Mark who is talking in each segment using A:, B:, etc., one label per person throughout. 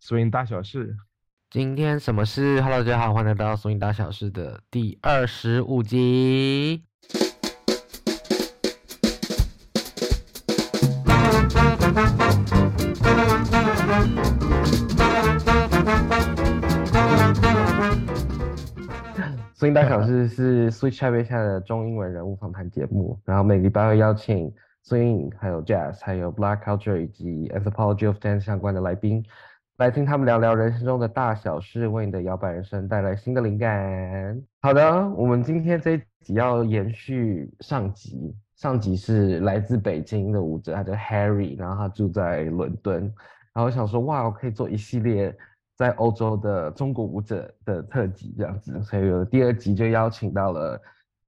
A: swing 大小事。
B: 今天什么事？Hello，大家好，欢迎来到《索引大小事》的第25集。索引大小事是 Switch 台北下的中英文人物访谈节目，然后每个礼拜会邀请 Swing、还有 Jazz、还有 Black Culture 以及 Anthropology of Dance 相关的来宾，来听他们聊聊人生中的大小事，为你的摇摆人生带来新的灵感。好的，我们今天这一集要延续上集，上集是来自北京的舞者，他叫 Harry，然后他住在伦敦，然后我想说，哇，我可以做一系列在欧洲的中国舞者的特辑这样子，所以有第二集就邀请到了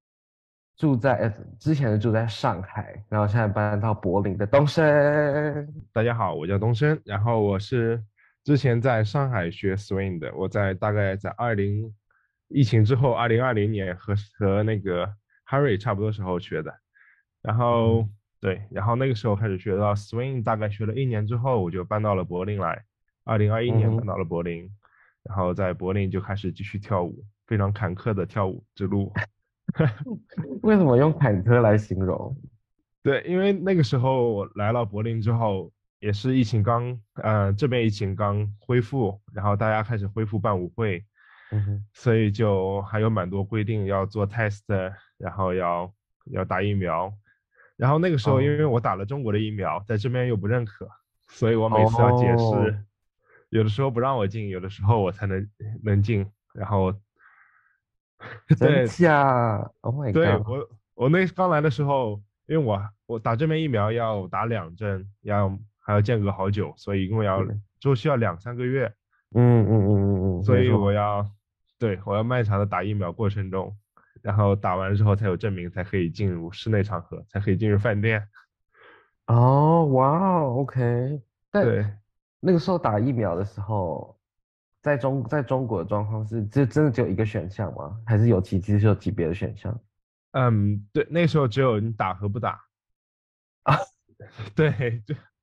B: 之前的住在上海，然后现在搬到柏林的东升。
A: 大家好，我叫东升，然后我是之前在上海学 swing 的，我大概在疫情之后2020年和那个 Harry 差不多时候学的，然后对，然后那个时候开始学到 swing，大概学了1年之后，我就搬到了柏林来，2021年搬
B: 嗯哼，
A: 到了柏林，然后在柏林就开始继续跳舞，非常坎坷的跳舞之路。
B: 为什么用坎坷来形容？
A: 对，因为那个时候我来了柏林之后，也是这边疫情刚恢复，然后大家开始恢复办舞会，
B: 嗯哼，
A: 所以就还有蛮多规定要做 test，然后要打疫苗，然后那个时候因为
B: 哦
A: 我打了中国的疫苗，在这边又不认可，所以我每次要解
B: 哦，
A: 释，有的时候不让我进，有的时候我才能进，然后
B: 真
A: 对，
B: 假？Oh my
A: 对，
B: god！
A: 我那刚来的时候，因为我打这边疫苗要打2针，还要间隔好久，所以一共
B: 是，
A: 需要2、3个月，所以
B: 没错。
A: 我要漫长的打疫苗过程中，然后打完之后才有证明，才可以进入室内场合，才可以进入饭店。
B: 哦，哇哦，OK。但
A: 对，
B: 那个时候打疫苗的时候，在中国的状况是，这真的只有一个选项吗？还是其实有级别的选项
A: 嗯，对，那时候只有你打和不打，
B: 啊？
A: 对，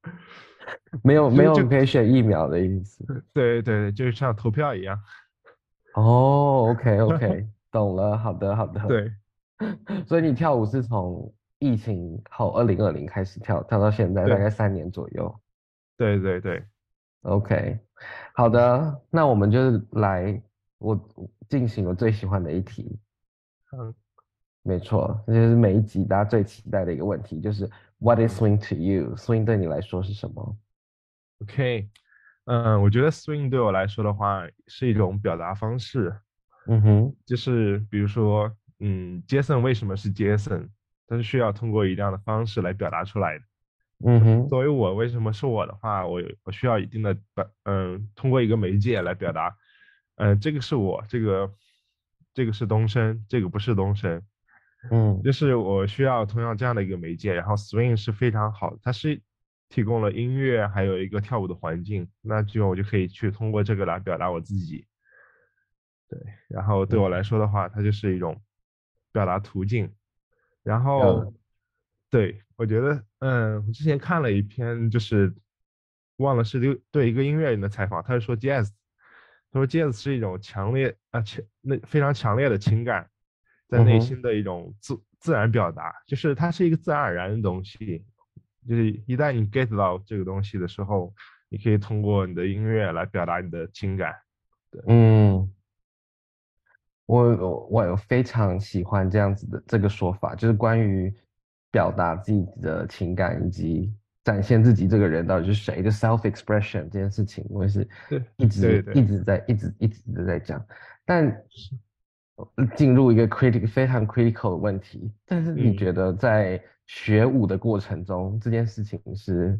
A: 就
B: 没有可以选疫苗的意思。
A: 对对，就像投票一样，
B: 哦，OK OK，懂了。好的好的。
A: 对
B: 所以你跳舞是从疫情后2020开始跳到现在，大
A: 对
B: 概3年左右。
A: 对对对，
B: OK，好的，那我们就是我进行我最喜欢的一题。
A: 嗯
B: 没错，这就是每一集大家最期待的一个问题，就是 What is
A: 嗯
B: swing to you？ swing 对你来说是什么？
A: ，OK。我觉得 swing 对我来说的话是一种表达方式，
B: 嗯哼，
A: 就是比如说，Jason 为什么是 Jason，他是需要通过一样的方式来表达出来的。
B: 嗯哼，
A: 作为我为什么是我的话，我需要一定的通过一个媒介来表达，这个是我，这个是东升，这个不是东升，
B: 嗯，
A: 就是我需要同样这样的一个媒介，然后 swing 是非常好的，它是提供了音乐，还有一个跳舞的环境，我就可以去通过这个来表达我自己，对，然后对我来说的话，它就是一种表达途径，然后
B: 呃，
A: 对我觉得，我之前看了一篇，就是忘了是对一个音乐人的采访，他是说 jazz，他说 jazz 是一种非常强烈的情感，在
B: 嗯哼，
A: 内心的一种自然表达，就是它是一个自然而然的东西，就是一旦你 get 到这个东西的时候，你可以通过你的音乐来表达你的情感。对，
B: 嗯，我有非常喜欢这样子的这个说法，就是关于表达自己的情感以及展现自己这个人到底是谁的 self expression 这件事情，我也是
A: 对，
B: 一直一
A: 对对，
B: 直在一直在讲。但进入一个非常 critical 的问题，但是你
A: 嗯。
B: 觉得在学舞的过程中，这件事情是，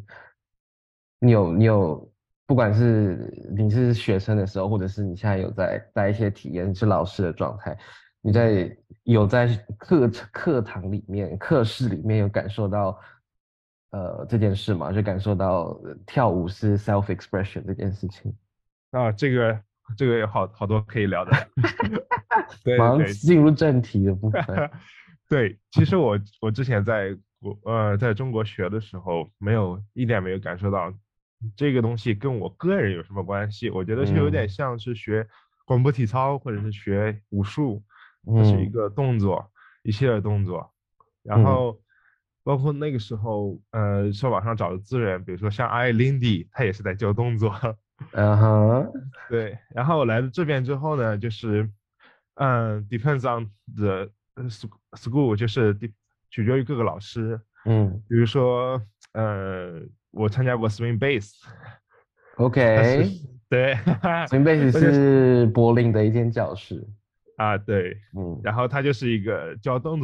B: 你有，不管是你是学生的时候，或者是你现在有在带一些体验，是老师的状态，你
A: 嗯
B: 有在课堂里面、课室里面有感受到这件事吗？就感受到跳舞是 self expression 这件事情。
A: 这个有好多可以聊的。
B: 马上
A: 对对
B: 进入正题的部分。
A: 对，其实我之前在中国学的时候，一点没有感受到这个东西跟我个人有什么关系？我觉得是有点
B: 嗯
A: 像是学广播体操或者是学武术，它是一
B: 嗯
A: 个动作，一系列动作。然
B: 嗯
A: 后包括那个时候，上网上找的资源，比如说像 iLindy，他也是在教动作。
B: 嗯哼
A: 对，然后我来了这边之后呢，就是depends on the school，就是 取决于各个老师。
B: 嗯
A: 比如说，我参加过 swing bass，它是
B: ，OK。
A: 对，
B: Swing Base
A: 那就是
B: 是柏林的一间教室。
A: 对，
B: 嗯
A: 然后它就是一个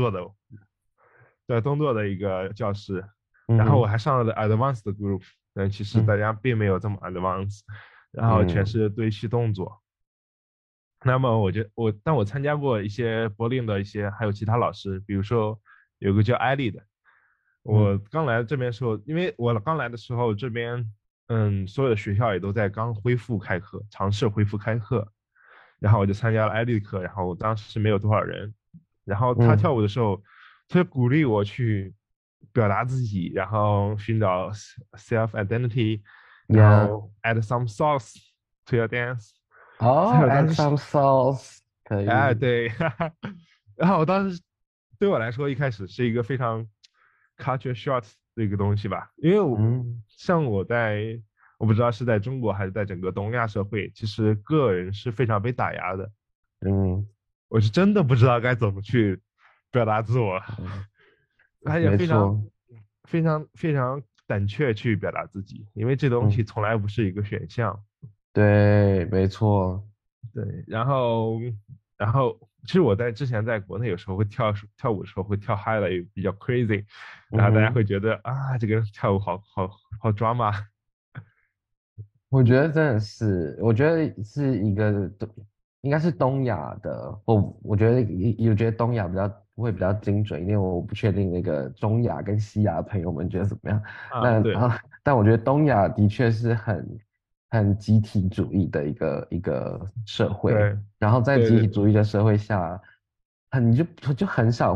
A: 教动作的一个教室。然后我
B: 嗯哼
A: 还上了 advanced group，但其实大
B: 嗯
A: 家并没有这么 advanced，然后全
B: 嗯
A: 是堆砌动作。那么但我参加过一些柏林的一些，还有其他老师，比如说有个叫艾丽的。我
B: 嗯
A: 刚来这边的时候，因为我刚来的时候，这边所有的学校也都在刚恢复开课，尝试恢复开课，然后我就参加了艾丽的课，然后当时没有多少人，然后他跳
B: 嗯
A: 舞的时候，他就鼓励我去表达自己，然后寻找 self identity，然
B: ，Yeah。
A: 后 add some sauce to your dance。所以
B: 哦，add
A: 我当时
B: some sauce 可
A: 哎，
B: 以。
A: 对，然后我当时对我来说一开始是一个非常 culture shock 的一个东西吧，因为
B: 嗯
A: 像我不知道是在中国还是在整个东亚社会，其实个人是非常被打压的，
B: 嗯
A: 我是真的不知道该怎么去表达自我，
B: 嗯，
A: 而且
B: 没错。
A: 非常胆怯去表达自己，因为这东西
B: 嗯，
A: 从来不是一个选项。
B: 对，没错。
A: 对，然后其实我在之前在国内有时候会跳舞的时候会跳嗨了，也比较 crazy，然后大家会
B: 嗯哼。
A: 觉得啊，这个人跳舞好 drama。
B: 我觉得真的是，我觉得是一个应该是东亚的，我觉得我觉得东亚会比较精准一点，我不确定那个中亚跟西亚的朋友们觉得怎么样。
A: 啊，对
B: 但我觉得东亚的确是很集体主义的一个社会，
A: 对
B: 然后在集体
A: 对对
B: 主义的社会下，你就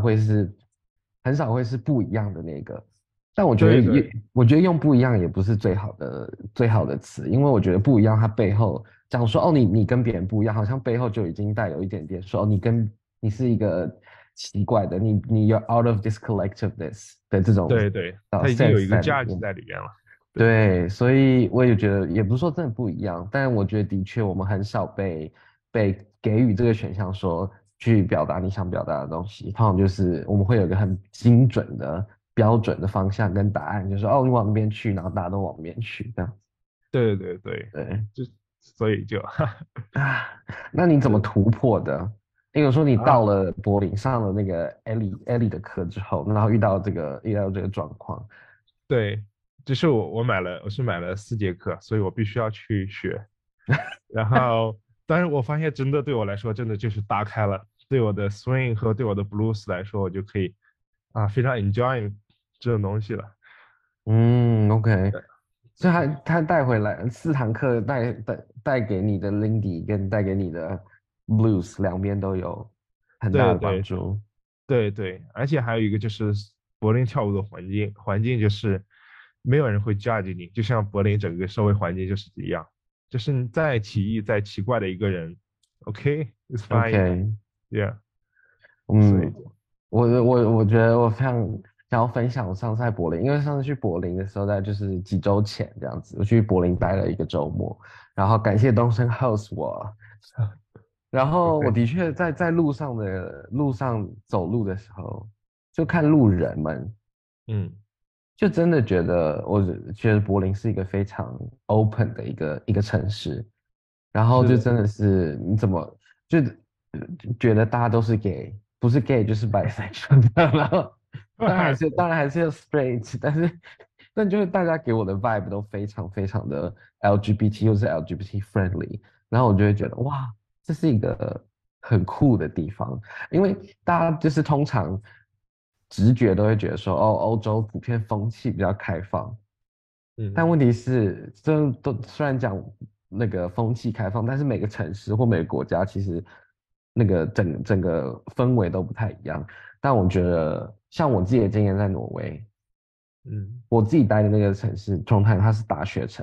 B: 很少会是不一样的那个。但
A: 对对
B: 我觉得用不一样也不是最好的词，因为我觉得不一样，它背后讲说哦，你跟别人不一样，好像背后就已经带有一点点说哦，你是一个奇怪的，你 you're out of this collectiveness 的这种
A: 对对，他已经有
B: sense
A: 一个
B: 在里
A: judge
B: 面。
A: 在里面了。对
B: 对，所以我也觉得，也不是说真的不一样，但我觉得的确我们很少被给予这个选项，说去表达你想表达的东西。通常就是我们会有一个很精准的标准的方向跟答案，就是哦，你往那边去，然后大家都往那边去，这样。
A: 对对对，
B: 对
A: 就所以就
B: 啊，那你怎么
A: 是
B: 突破的？因为说你到
A: 啊，
B: 了柏林，上了那个艾莉的课之后，然后遇到这个状况。
A: 对，就是我是买了4节课，所以我必须要去学。然后，但是我发现真的对我来说，真的就是打开了，对我的 swing 和对我的 blues 来说，我就可以非常 enjoy 这种东西了。
B: 嗯，OK。
A: 对
B: 所以他带回来4堂课带给你的 Lindy 跟带给你的 Blues 两边都有很大的帮
A: 对对
B: 助。
A: 对对，而且还有一个就是柏林跳舞的环境就是没有人会 judge 你，就像柏林整个社会环境就是一样，就是你再奇异再奇怪的一个人，OK，it's
B: OK。
A: fine，yeah，所以
B: 嗯，我觉得我非常想要分享我上次在柏林，因为上次去柏林的时候，在就是几周前这样子，我去柏林待了一个周末，然后感谢东升 host 我，然后我
A: ，OK，
B: 的确在路上走路的时候，就看路人们。
A: 嗯，
B: 就真的我觉得柏林是一个非常 open 的一个城市，然后
A: 是的，
B: 就真的是你怎么就觉得大家都是 gay，不是 gay 就是 bisexual，然后当然还是有 straight，但就是大家给我的 vibe 都非常非常的 LGBT 又是 LGBT friendly，然后我就会觉得哇，这是一个很酷的地方。因为大家就是通常直觉都会觉得说，哦，欧洲普遍风气比较开放，但
A: 嗯，
B: 问题是，这都虽然讲那个风气开放，但是每个城市或每个国家其实那个整个氛围都不太一样。但我觉得，像我自己的经验在挪威，
A: 嗯，
B: 我自己待的那个城市中泰，它是大学城，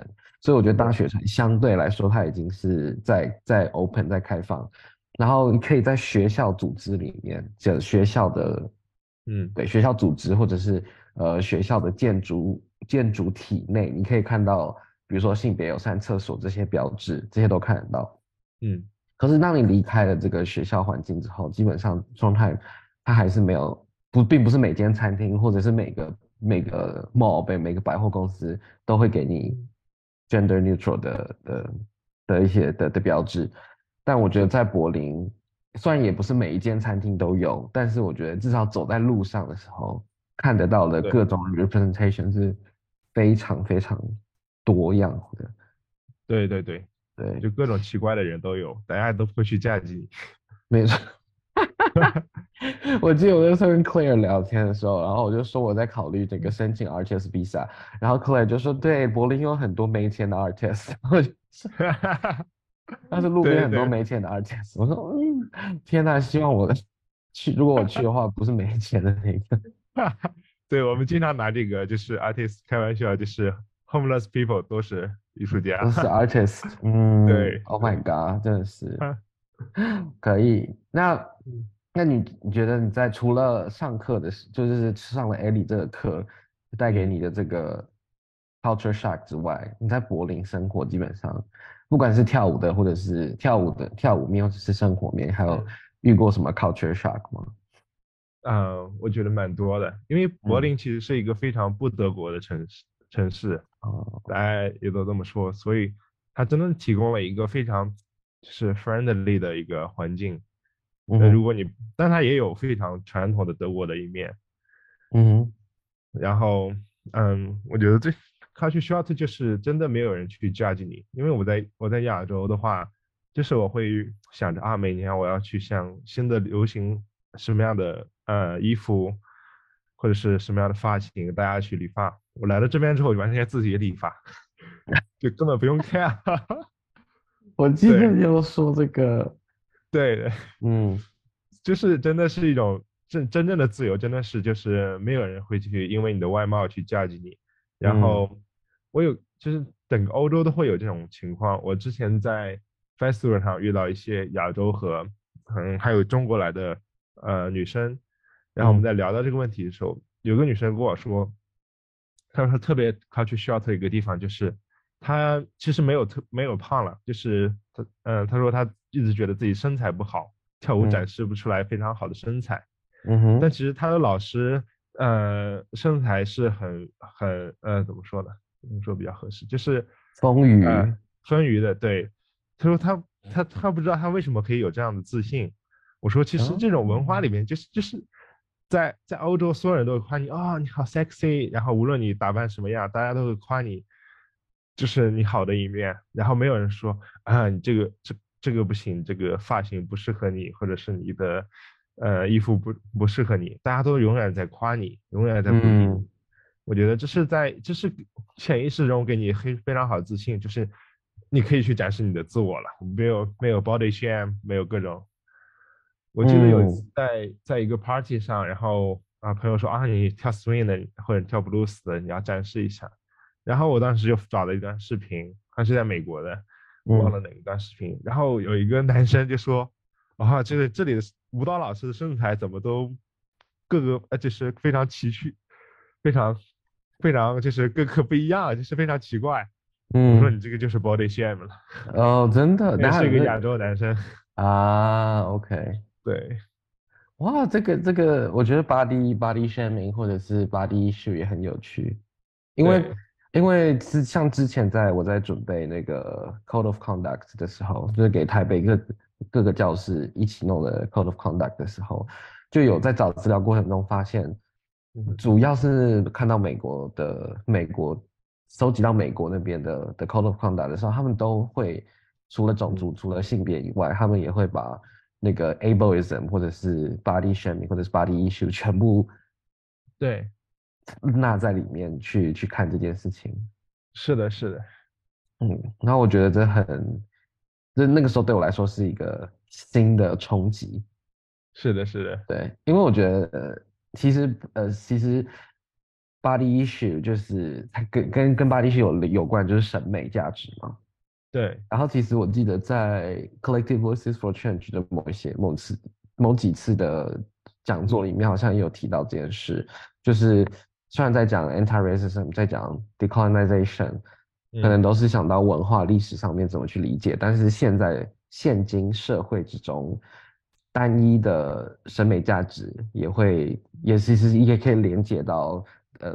B: 所以我觉得大
A: 对，
B: 学城相对来说，它已经是在 open 在开放，然后你可以在学校组织里面，就学校的，
A: 嗯，
B: 对，学校组织或者是学校的建筑体内，你可以看到，比如说性别友善厕所这些标志，这些都看得到。
A: 嗯，
B: 可是当你离开了这个学校环境之后，基本上状态它还是没有并不是每间餐厅或者是每个 mall 每个百货公司都会给你 gender neutral 的一些的标志。但我觉得
A: 是的，
B: 在柏林，虽然也不是每一间餐厅都有，但是我觉得至少走在路上的时候看得到的
A: 对，
B: 各种 representation 是非常非常多样的。
A: 对对对，
B: 对，
A: 就各种奇怪的人都有，大家都会去嫁接你。
B: 没错。我记得我那时候跟 Claire 聊天的时候，然后我就说我在考虑这个申请 RTS visa，然后 Claire 就说对，柏林有很多没钱的 RTS，然后我就说但是路边很多
A: 对对，
B: 没钱的 RTS，我说天呐，希望我去，如果我去的话，不是没钱的那个，
A: 对，我们经常拿这个就是 artist 开玩笑，就是 homeless people 都是艺术家。
B: 都是 artist，
A: 对
B: ，Oh my
A: 对，
B: God，真的是可以。那
A: 嗯
B: 你觉得你在除了上课的时，就是上了 Ellie 这个课带给
A: 嗯
B: 你的这个 culture shock 之外，你在柏林生活基本上，不管是跳舞的，或者是跳舞面，或者是生活面，还有
A: 嗯。
B: 遇过什么 culture shock 吗？
A: 我觉得蛮多的，因为柏
B: 嗯，
A: 林其实是一个非常不德国的城市，
B: 哦，
A: 大家也都这么说，所以它真的提供了一个非常就是 friendly 的一个环境。
B: 嗯哼，
A: 如果你，但它也有非常传统的德国的一面。
B: 嗯哼，
A: 然后，我觉得最 culture shock 就是真的没有人去 judge 你，因为我在亚洲的话，就是我会想着啊，每年我要去像新的流行什么样的衣服，或者是什么样的发型，大家去理发。我来了这边之后，就完全自己理发，就根本不用 care。
B: 我记得
A: 对
B: 你有说这个，
A: 对，
B: 嗯
A: 就是真的是一种真正的自由，真的是就是没有人会去因为你的外貌去 judge 你。然
B: 嗯
A: 后就是整个欧洲都会有这种情况。我之前在 festival 上遇到一些亚洲和还有中国来的女生，然后我们
B: 嗯
A: 在聊到这个问题的时候，有个女生跟我说，她说她特别 culture shock 的一个地方就是她其实没有胖了，就是她说她一直觉得自己身材不好，跳舞展
B: 嗯
A: 示不出来非常好的身材。
B: 嗯哼，
A: 但其实他的老师，身材是很怎么说呢？怎么说比较合适？就是
B: 风
A: 呃
B: 雨，
A: 丰腴的。对，他说他不知道他为什么可以有这样的自信。我说其实这种文化
B: 哦，
A: 里面就是在欧洲，所有人都会夸你啊、你好 sexy，然后无论你打扮什么样，大家都会夸你，就是你好的一面，然后没有人说啊你这个不行，这个发型不适合你，或者是你的衣服不适合你，大家都永远在夸你，永远在鼓励你。
B: 嗯
A: 我觉得这是潜意识中给你非常好的自信，就是你可以去展示你的自我了，没有 body shame，没有各种。我记得有一次
B: 嗯
A: 在一个 party 上，然后朋友说啊你跳 swing 的或者跳 blues 的，你要展示一下。然后我当时就找了一段视频，他是在美国的，忘了
B: 嗯，
A: 哪一段视频。然后有一个男生就说，啊，这里的舞蹈老师的身材怎么都各个就是非常崎岖，非常非常就是各个不一样，就是非常奇怪。我说
B: 嗯，
A: 你这个就是 body shame 了，
B: 哦，真的，
A: 也是一个亚
B: 那
A: 洲男生。
B: OK，
A: 对
B: 哇，这个，我觉得 body shaming 或者是 body issue 也很有趣，因为
A: 对，
B: 像之前我在准备那个 Code of Conduct 的时候，就是给台北各个教室一起弄的 Code of Conduct 的时候，就有在找资料过程中发现，
A: 嗯
B: 主要是看到美国收集到美国那边的 Code of Conduct 的时候，他们都会除了种
A: 嗯，
B: 族、除了性别以外，他们也会把那个 ableism 或者是 body shaming 或者是 body issue 全部
A: 对，
B: 纳在里面去看这件事情。
A: 是的，是的，
B: 然后我觉得那个时候对我来说是一个新的冲击。
A: 是的，是的，
B: 对，因为我觉得其实 body issue，就是它跟 body issue 有关，就是审美价值嘛。
A: 对，
B: 然后其实我记得在 Collective Voices for Change 的某几次的讲座
A: 嗯
B: 里面，好像也有提到这件事，就是虽然在讲 anti-racism，在讲 decolonization，可能
A: 嗯，
B: 都是想到文化历史上面怎么去理解，但是现今社会之中，单一的审美价值也其实也可以连接到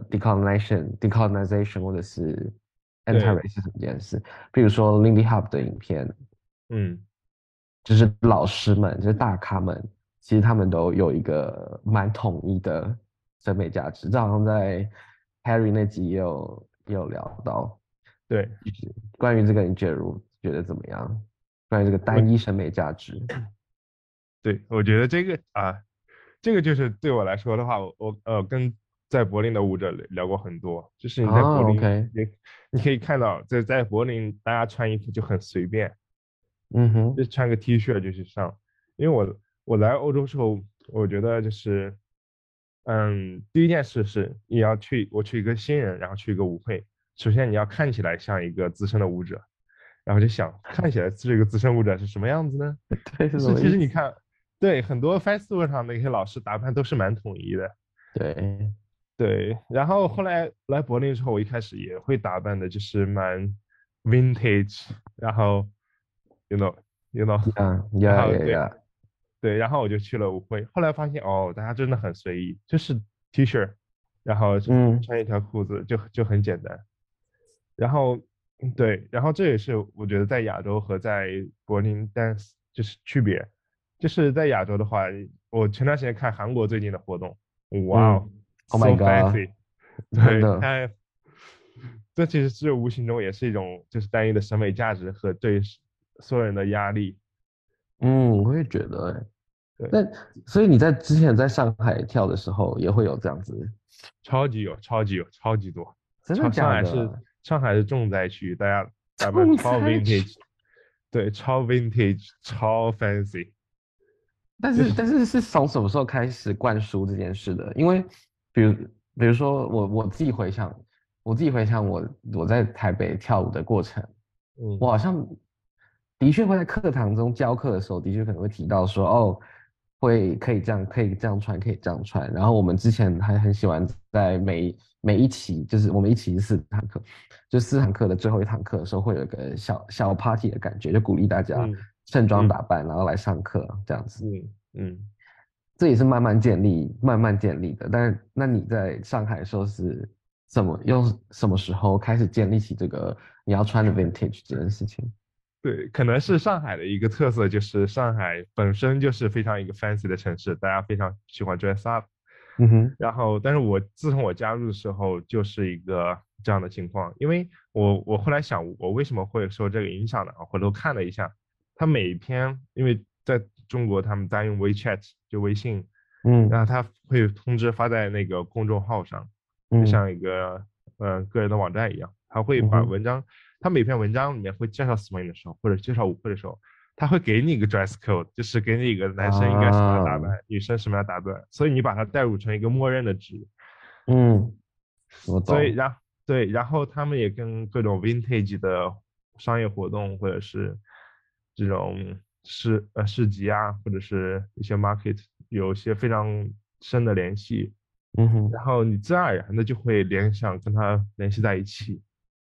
B: decolonization 或者是
A: 对，
B: anti-racism 这件事。比如说 Lindy Hop 的影片，
A: 嗯
B: 就是老师们，就是大咖们，其实他们都有一个蛮统一的审美价值。这好像在 Harry 那集也有聊到，
A: 对，
B: 就是关于这个，你觉得怎么样？关于这个单一
A: 我
B: 审美价值。
A: 对我觉得这个这个就是对我来说的话，我跟在柏林的舞者聊过很多，就是你在柏
B: 啊
A: 林
B: ，OK，
A: 你可以看到在柏林大家穿衣服就很随便，
B: 嗯哼，
A: 就穿个 T 恤就去上。因为我来欧洲之后，我觉得就是第一件事是我去一个新人，然后去一个舞会，首先你要看起来像一个资深的舞者，然后就想看起来这个资深舞者是什么样子呢？
B: 对，是
A: 就是
B: 什么意思？
A: 其实你看，对很多 festival 上的一些老师打扮都是蛮统一的，
B: 对，
A: 对。然后后来来柏林之后，我一开始也会打扮的就是蛮 vintage，然后 you know you know，
B: 呀
A: 然
B: 呀
A: 后对
B: 呀呀，
A: 对，然后我就去了舞会，后来发现哦，大家真的很随意，就是 T 恤，然后
B: 嗯
A: 穿一条裤子就很简单。然后对，然后这也是我觉得在亚洲和在柏林 dance 就是区别，就是在亚洲的话，我前段时间看韩国最近的活动，哇哦
B: 嗯，Oh my
A: ，so
B: God，
A: fancy，对，
B: 真的，
A: 这其实是无形中也是一种就是单一的审美价值和对所有人的压力，
B: 嗯，我也觉得欸。
A: 对，
B: 那所以你在之前在上海跳的时候，也会有这样子，
A: 超级有，超级有，超级多，
B: 真的
A: 上
B: 假的？
A: 上海是重灾区，大家打扮
B: 重
A: 超
B: 灾区。
A: vintage，对，超 vintage，超 fancy。
B: 但
A: 就是
B: 是但是是从什么时候开始灌输这件事的？因为比如比如说我自己回想，我在台北跳舞的过程，我
A: 嗯
B: 好像的确会在课堂中教课的时候，的确可能会提到说，哦，可以这样穿，可以这样穿。然后我们之前还很喜欢在每一期，就是我们一期是4堂课，就4堂课的最后一堂课的时候，会有一个小 party 的感觉，就鼓励大家
A: 嗯
B: 盛装
A: 嗯
B: 打扮，然后来上课这样子。
A: 嗯，
B: 这也是慢慢建立的。但是，那你在上海的时候是用什么时候开始建立起这个你要穿的 vintage 这件事情？
A: 对，可能是上海的一个特色，就是上海本身就是非常一个 fancy 的城市，大家非常喜欢 dress up。
B: 嗯哼，
A: 然后，但是自从我加入的时候，就是一个这样的情况，因为我后来想，我为什么会受这个影响呢？我回头看了一下，他每一篇，因为在中国他们在用 WeChat 就微信，然
B: 嗯
A: 后他会通知发在那个公众号上，就
B: 嗯
A: 像一个个人的网站一样，他会
B: 嗯哼，
A: 把文章，他每篇文章里面会介绍 swing 的时候，或者介绍舞会的时候，他会给你一个 dress code，就是给你一个男生应该什么样打扮，
B: 啊，
A: 女生什么样打扮，所以你把它代入成一个默认的值，
B: 嗯，我
A: 所以
B: 懂，
A: 对，然后他们也跟各种 vintage 的商业活动或者是这种市集啊，或者是一些 market 有一些非常深的联系，
B: 嗯哼，
A: 然后你自然而然的就会联想跟它联系在一起。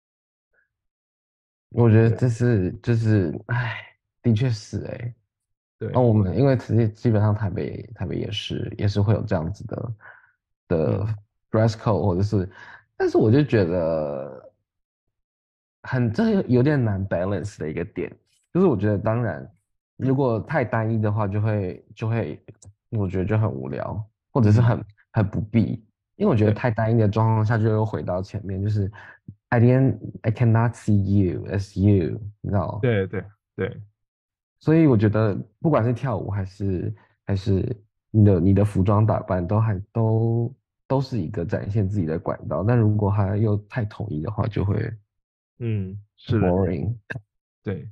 B: 我觉得
A: 对
B: 就是，哎，的确是哎。那
A: 对，
B: 我们因为基本上台北也是会有这样子的
A: 嗯
B: dress code，或者是，但是我就觉得这有点难 balance 的一个点，就是我觉得当然如果太单一的话，就会我觉得就很无聊，或者是
A: 嗯，
B: 很不必，因为我觉得
A: 对
B: 太单一的状况下，就又回到前面，就是 I cannot see you as you，你知道。
A: 对对对，
B: 所以我觉得，不管是跳舞还是你的服装打扮，都是一个展现自己的管道。但如果它又太统一的话，就会
A: 嗯，
B: 很
A: 是的，
B: boring。
A: 对。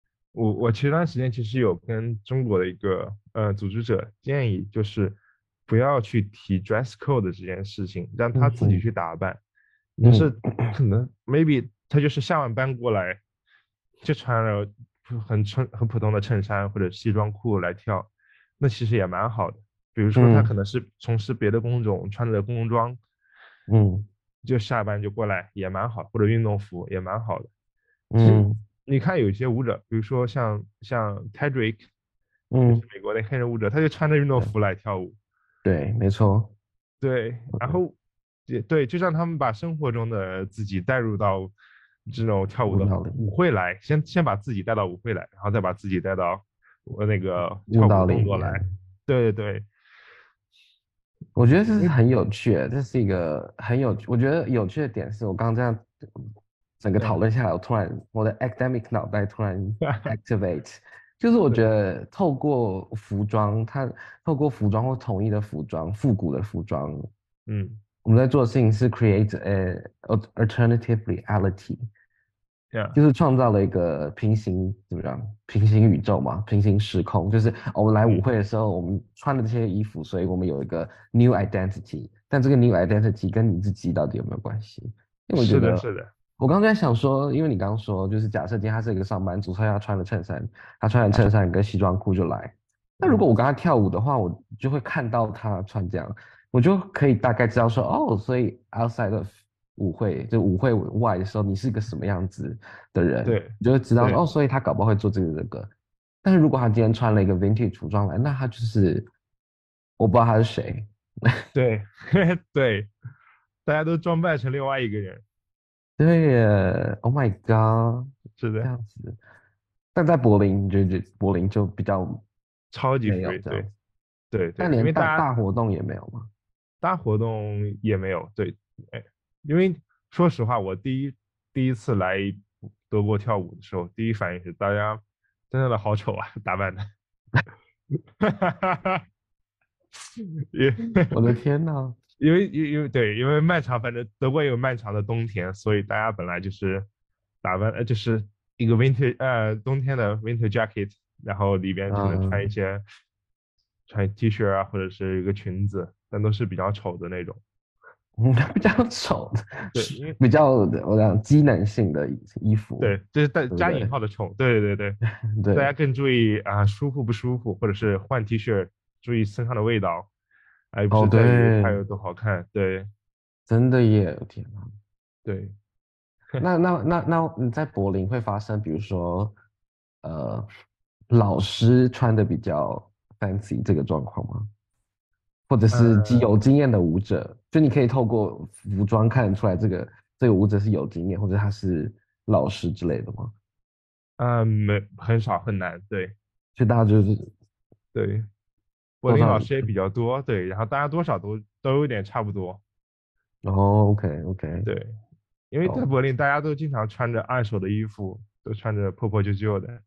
A: 我前段时间其实有跟中国的一个组织者建议，就是不要去提 dress code 这件事情，让他自己
B: 嗯哼，
A: 去打扮。你是
B: 嗯
A: 可能 maybe 他就是下完班过来，就穿了很普通的衬衫或者西装裤来跳，那其实也蛮好的。比如说他可
B: 嗯
A: 能是从事别的工种，穿着工装，
B: 嗯
A: 就下班就过来也蛮好，或者运动服也蛮好的。其实
B: 嗯
A: 你看有一些舞者，比如说像 Tedrick，就是
B: 嗯，
A: 美国的黑人舞者，他就穿着运动
B: 对
A: 服来跳舞。
B: 对，没错，
A: 对，然后也对，就让他们把生活中的自己带入到这种跳舞的
B: 舞蹈里，
A: 舞会来，先把自己带到舞会来，然后再把自己带到我那个跳舞的
B: 舞蹈里
A: 动作来。
B: 面。
A: 对对对，
B: 我觉得这
A: 因为
B: 是很有趣的，这是一个很有，我觉得有趣的点是我刚刚这样整个讨
A: 嗯，
B: 论下来，我的 academic 脑袋突然 activate，就是我觉
A: 对，
B: 得透过服装或统一的服装、复古的服装，
A: 嗯
B: 我们在做的事情是 create alternative reality，
A: ，yeah，
B: 就是创造了一个怎么样？平行宇宙嘛，平行时空。就是我们来舞
A: 嗯，
B: 会的时候，我们穿的这些衣服，所以我们有一个 new identity。但这个 new identity 跟你自己到底有没有关系？因为我觉
A: 是的，
B: 得，
A: 是的，
B: 我刚才想说，因为你刚刚说，就是假设今天他是一个上班族，所以他穿了衬衫，他穿了衬衫跟西装裤就来。那如果
A: 嗯，
B: 我跟他跳舞的话，我就会看到他穿这样，我就可以大概知道说，哦，所以 outside of 舞会，就舞会外的时候，你是一个什么样子的人，
A: 对
B: 你就会知道说，
A: 对
B: 哦，所以他搞不好会做这个。但是如果他今天穿了一个 vintage 服装来，那他就是我不知道他是谁。
A: 对对，大家都装扮成另外一个人。
B: 对耶，Oh my God，
A: 是的，
B: 这样子。但在柏林，你觉得柏林就比较
A: 超级
B: 没有
A: free，对
B: 这样子，
A: 对对，因
B: 但连大
A: 为大家
B: 大活动也没有吗？
A: 大活动也没有，对，哎，因为说实话，我第一次来德国跳舞的时候，第一反应是大家真的好丑啊，打扮的，也
B: 我的天呐！
A: 因为对，因为漫长，反正德国也有漫长的冬天，所以大家本来就是打扮就是一个 冬天的 winter jacket，然后里边可能
B: 嗯，
A: 穿 T 恤啊，或者是一个裙子，但都是比较丑的那种。
B: 比较丑的，
A: 对，
B: 是
A: 因为
B: 比较我讲机能性的衣服，
A: 对，这是带加引
B: 对不对？
A: 号的宠，对对对，大家
B: 对，
A: 更注意舒服不舒服，或者是换 T 恤注意身上的味道，而不
B: 哦
A: 是在于它
B: 对，
A: 有多好看。对
B: 真的耶！我天呐，
A: 对，
B: 那你在柏林会发生，比如说，呃，老师穿的比较 fancy 这个状况吗？或者是有
A: 嗯
B: 经验的舞者，就你可以透过服装看得出来这个舞者是有经验，或者他是老师之类的吗？
A: 没很少很难，对
B: 就大家就是
A: 对，柏
B: 多少，
A: 林老师也比较多，对，然后大家多少都有点差不多，
B: 哦，OK OK，
A: 对，因为在
B: 懂。
A: 柏林大家都经常穿着二手的衣服，都穿着破破旧旧的，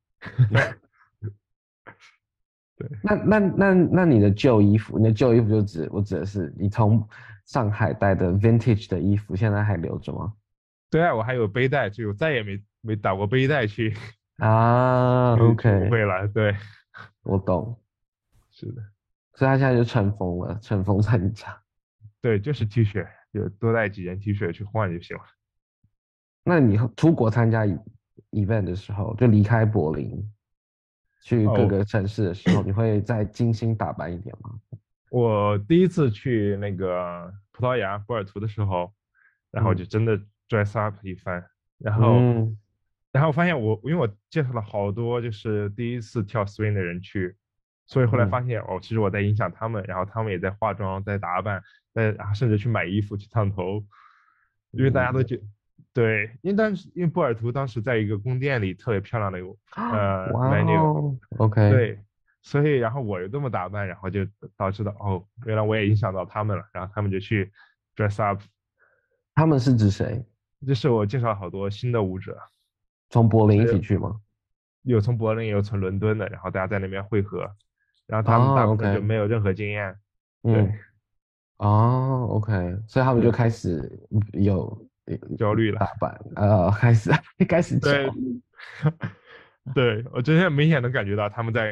A: 对。
B: 那你的旧衣服，你的旧衣服我指的是你从上海带的 vintage 的衣服，现在还留着吗？
A: 对啊，我还有背带，就我再也没打过背带去
B: 啊
A: 去舞
B: ，OK，
A: 会了。对，
B: 我懂。
A: 是的，
B: 所以他现在就尘封了，尘封参加。
A: 对，就是 T 恤，就多带几件 T 恤去换就行了。
B: 那你出国参加event 的时候，就离开柏林，去各
A: 哦，
B: 个城市的时候，你会再精心打扮一点吗？
A: 我第一次去那个葡萄牙波尔图的时候，然后就
B: 嗯
A: 真的 dress up 一番，然后
B: 嗯
A: 然后发现因为我介绍了好多就是第一次跳 swing 的人去，所以后来
B: 嗯
A: 发现哦，其实我在影响他们，然后他们也在化妆、在打扮、甚至去买衣服、去烫头，因为大家都
B: 嗯，
A: 觉对，因为波尔图当时在一个宫殿里特别漂亮的
B: 哇
A: venue，
B: 哦，OK，
A: 对，所以然后我又这么打扮，然后就导致了哦，原来我也影响到他们了，然后他们就去 dress up，
B: 他们是指谁？
A: 这是我介绍了好多新的舞者，
B: 从柏林一起
A: 是
B: 去吗？
A: 有从柏林，也有从伦敦的，然后大家在那边汇合，然后他们大
B: 哦
A: 部分就
B: ，OK，
A: 没有任何经验，对
B: 嗯，哦，OK，所以他们就
A: 对，
B: 开始有
A: 焦虑了，
B: 打扮，开始开始
A: 对
B: 教，
A: 对，我真的明显能感觉到他们在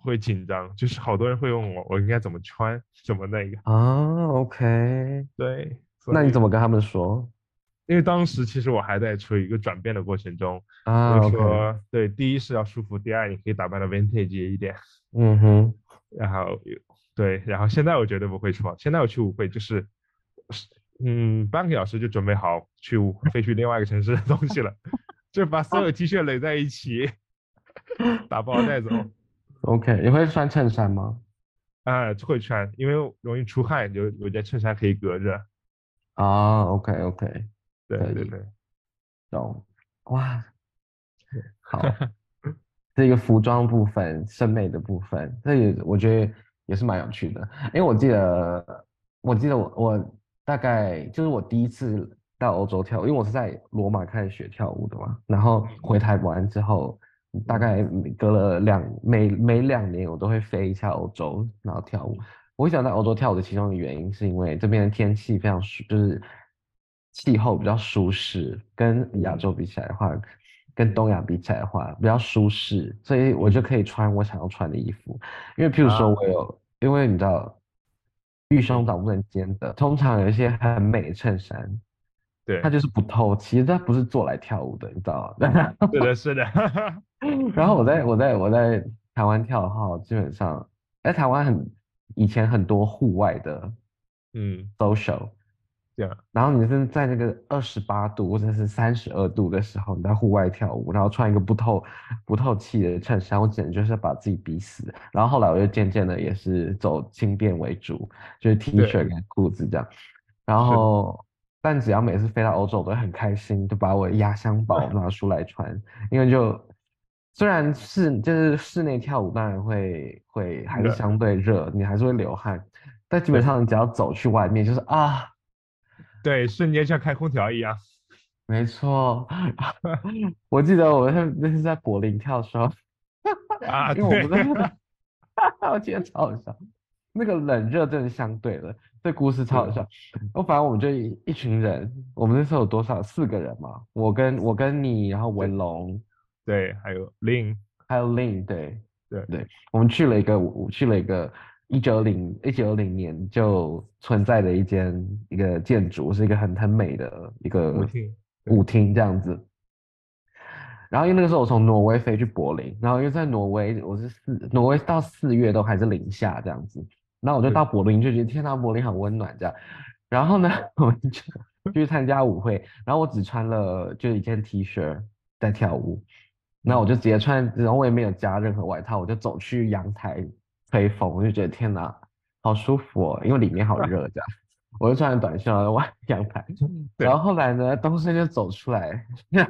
A: 会紧张，就是好多人会问我应该怎么穿，怎么那个。
B: 啊，OK，
A: 对，所以
B: 那你怎么跟他们说？
A: 因为当时其实我还在处于一个转变的过程中，我就
B: 啊，OK，
A: 说，对，第一是要舒服，第二你可以打扮的 vintage 一点，
B: 嗯哼，
A: 然后对，然后现在我绝对不会穿，现在我去舞会就是半个小时就准备好飞去另外一个城市的东西了，就把所有 T 恤垒在一起，打包带走。
B: OK，你会穿衬衫吗？
A: 啊，会穿，因为容易出汗，有件衬衫可以隔着。
B: 啊，OK，OK，可以，
A: 对对对，
B: 懂。哇，
A: 对
B: 好，这个服装部分、审美的部分，这也我觉得也是蛮有趣的。因为我记得我大概就是我第一次到欧洲跳舞，因为我是在罗马开始学跳舞的嘛，然后回台湾之后，大
A: 嗯
B: 概隔了每2年我都会飞一下欧洲，然后跳舞。我会想在欧洲跳舞的其中一个原因，是因为这边的天气非常就是气候比较舒适，跟亚洲比起来的话，跟东亚比起来的话比较舒适，所以我就
A: 嗯
B: 可以穿我想要穿的衣服。因为譬如说
A: 啊，
B: 因为你知道玉胸
A: 嗯
B: 岛不能兼得，通常有一些很美的衬衫，它
A: 对，
B: 就是不透气，它不是做来跳舞的，你知道吗？
A: 是的是的，
B: 然后我在台湾跳的话，基本上在台湾以前很多户外的
A: 嗯，
B: social，
A: 这样
B: 然后你是在那个28度或者是32度的时候，你在户外跳舞，然后穿一个不透气的衬衫，我简直就是把自己逼死。然后后来我就渐渐的也是走轻便为主，就是 T 恤
A: 对，
B: 跟裤子这样。然
A: 是的，
B: 后，但只要每次飞到欧洲，我都会很开心，就把我的压箱宝拿出来穿，因为虽然就是室内跳舞，当然会还是
A: 热，
B: 相对热，你还是会流汗，但基本
A: 对
B: 上你只要走去外面，就是啊。
A: 对，瞬间像开空调一样。
B: 没错，我记得那是在柏林跳的时候，
A: 啊，
B: 因为我不
A: 对，
B: 在，我记得超好笑。那个冷热真的相对的，这故事
A: 是的，
B: 超好笑。反正我们就一群人，我们那时候有多少？4个人嘛，我跟你，然后
A: 对
B: 文龙，
A: 对，还有 Lin，
B: 还有 Lin，对
A: 对
B: 对，我们去了一个1920年就存在的一个建筑，是一个很美的一个
A: 舞厅，对，
B: 舞厅这样子。然后因为那个时候我从挪威飞去柏林，然后因为在挪威挪威到4月都还是零下这样子，然后我就到
A: 是，
B: 柏林就觉得天呐，柏林很温暖这样。然后呢，我们就去参加舞会，然后我只穿了就一件 T 恤在跳舞，那我
A: 嗯，
B: 就直接穿，然后我也没有加任何外套，我就走去阳台吹风，我就觉得天呐，好舒服哦，因为里面好热这样。我就穿着短袖然后外阳台，然
A: 对，
B: 后后来呢，东升就走出来，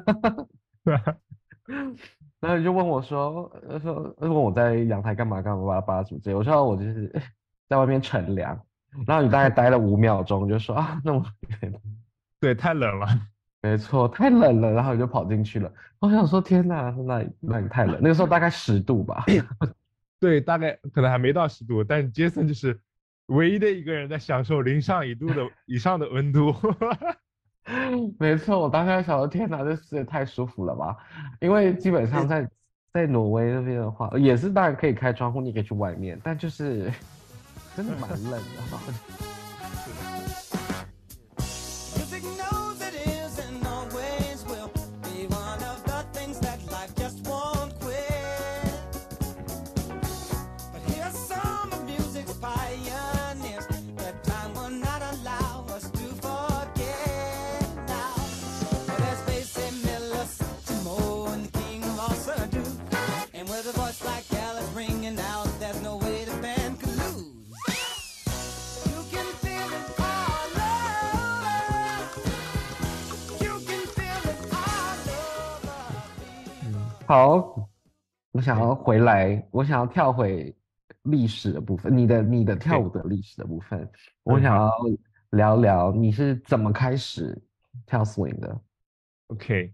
B: 然后你就问我问我在阳台干嘛干嘛巴拉巴拉什么之类，我说我就是在外面乘凉，然后你大概待了5秒钟，就说啊，那么远，
A: 对，太冷了。
B: 没错，太冷了，然后你就跑进去了。我想说天哪，那里太冷，那个时候大概10度吧。
A: 对，大概可能还没到10度，但杰森就是唯一的一个人在享受0上1度以上的温度。
B: 没错，我当时想说天哪，这世界太舒服了吧？因为基本上在挪威那边的话，也是当然可以开窗户，你可以去外面，但就是真的蛮冷的。
A: 是的，
C: Music knows it is and always will be one of the things that life just won't quit. But here's some of music's pioneers that time will not allow us to forget now. There's Basie Miller, Timo, and the king of all Sadu. And with a voice like Alice ringing out, there's no way the band could lose. You can feel it all over. You can feel it all over.
B: 好，我想
A: 哎，
B: 要回来，我想要跳回历史的部分，你的跳
A: 对，
B: 舞的历史的部分，我
A: 很好
B: 想要聊聊你是怎么开始跳 swing 的。
A: ，OK，